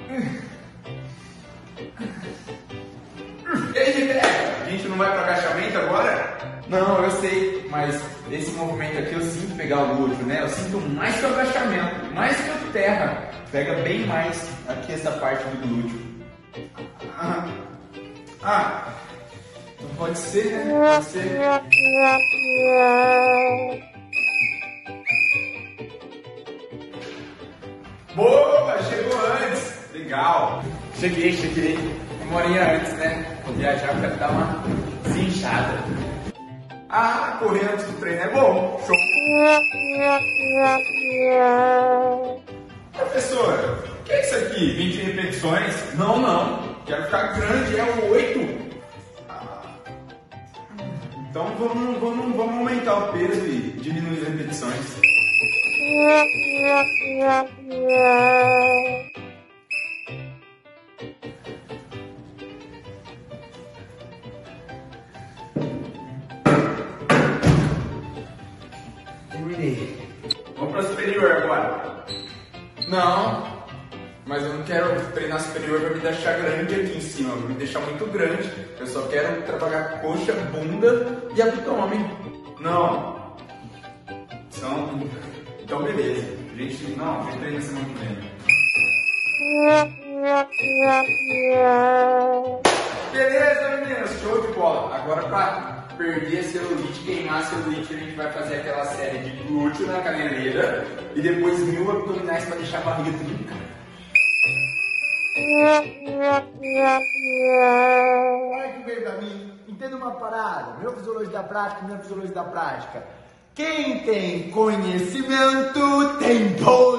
E aí, Gilberto? A gente não vai para agachamento agora? Não, eu sei, mas esse movimento aqui eu sinto pegar o glúteo, né? Eu sinto mais que o agachamento, mais que o terra. Pega bem mais aqui essa parte do glúteo. Então pode ser, né? Pode ser. Boa, chegou antes. Legal. Cheguei. Uma horinha antes, né? Vou viajar pra dar uma desinchada. Correr antes do treino é bom. Show. Professor, o que é isso aqui? 20 repetições? Não. Quero ficar grande, é o 8. Então vamos aumentar o peso e diminuir as repetições. Vamos para superior agora. Não, mas eu não quero treinar superior para me deixar grande aqui em cima, para me deixar muito grande. Eu só quero trabalhar coxa, bunda e abdômen. Não. Então beleza. A gente treina semana que vem. Beleza, meninas, show de bola. Agora para perder a celulite, queimar a celulite, a gente vai fazer aquela série de glúteo na caneleira e depois 1000 abdominais para deixar a barriga trincada. Olha que veio pra mim, entenda uma parada, meu fisiologista da prática, minha fisiologia da prática. Quem tem conhecimento tem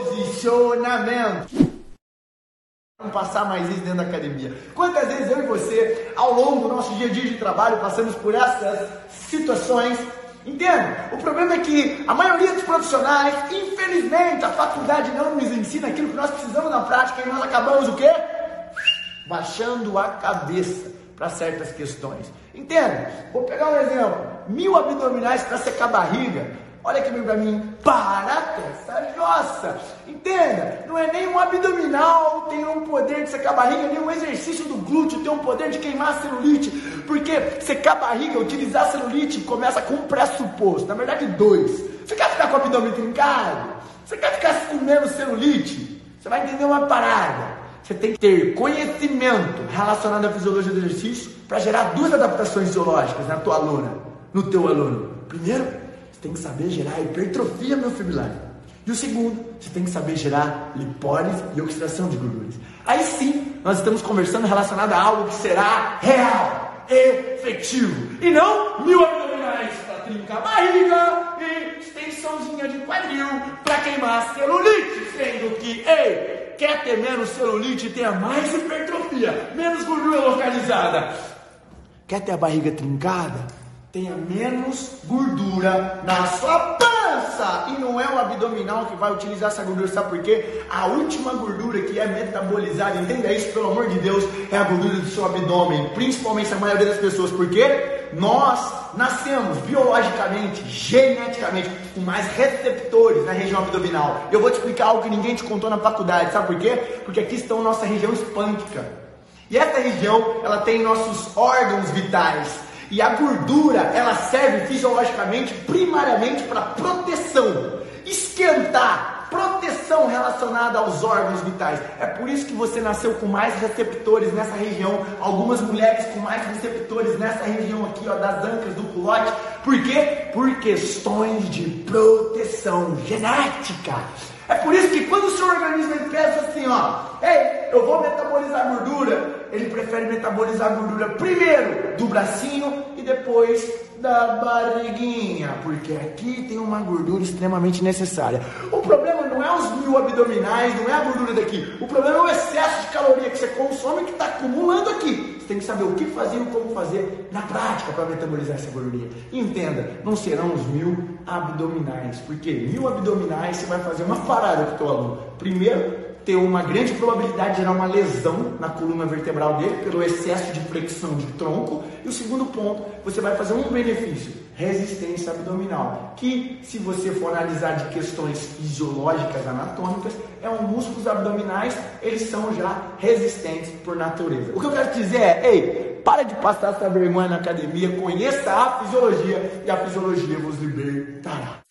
posicionamento. Vamos passar mais isso dentro da academia. Quantas vezes eu e você, ao longo do nosso dia a dia de trabalho, passamos por essas situações? Entende? O problema é que a maioria dos profissionais, infelizmente, a faculdade não nos ensina aquilo que nós precisamos na prática e nós acabamos o quê? Baixando a cabeça para certas questões. Entende? Vou pegar um exemplo. 1000 abdominais para secar a barriga. Olha aqui para mim, para essa jossa. Entenda, não é nem um abdominal tem um poder de secar a barriga, nem um exercício do glúteo tem um poder de queimar a celulite. Porque secar a barriga, utilizar a celulite, começa com um pressuposto. Na verdade, 2. Você quer ficar com o abdômen trincado? Você quer ficar comendo celulite? Você vai entender uma parada. Você tem que ter conhecimento relacionado à fisiologia do exercício para gerar 2 adaptações fisiológicas na tua aluna, no teu aluno. Primeiro, você tem que saber gerar hipertrofia, meu fibrilar. E o segundo, você tem que saber gerar lipólise e oxidação de gorduras. Aí sim, nós estamos conversando relacionado a algo que será real, efetivo. E não 1000 abdominais para trincar a barriga e extensãozinha de quadril para queimar celulite. Sendo que, quer ter menos celulite e tenha mais hipertrofia, menos gordura localizada. Quer ter a barriga trincada? Tenha menos gordura na sua pança. E não é o abdominal que vai utilizar essa gordura, sabe por quê? A última gordura que é metabolizada, entenda isso pelo amor de Deus, é a gordura do seu abdômen. Principalmente a maioria das pessoas, porque nós nascemos biologicamente, geneticamente, com mais receptores na região abdominal. Eu vou te explicar algo que ninguém te contou na faculdade, sabe por quê? Porque aqui está a nossa região espântica. E essa região, ela tem nossos órgãos vitais. E a gordura, ela serve fisiologicamente, primariamente para proteção, esquentar, proteção relacionada aos órgãos vitais. É por isso que você nasceu com mais receptores nessa região, algumas mulheres com mais receptores nessa região aqui, ó, das ancas, do culote. Por quê? Por questões de proteção genética. É por isso que quando o seu organismo pensa assim, ó, eu vou metabolizar gordura, ele prefere metabolizar gordura primeiro do bracinho e depois da barriguinha, porque aqui tem uma gordura extremamente necessária. O problema não é os 1000 abdominais, não é a gordura daqui, o problema é o excesso de caloria que você consome que está acumulando aqui. Você tem que saber o que fazer e como fazer na prática para metabolizar essa gordura. E entenda, não serão os 1000 abdominais, porque 1000 abdominais você vai fazer uma parada com o teu aluno. Primeiro, ter uma grande probabilidade de gerar uma lesão na coluna vertebral dele, pelo excesso de flexão de tronco. E o segundo ponto, você vai fazer um benefício, resistência abdominal, que se você for analisar de questões fisiológicas, anatômicas, é um músculos abdominais, eles são já resistentes por natureza. O que eu quero te dizer é, ei, para de passar essa vergonha na academia, conheça a fisiologia e a fisiologia vos libertará.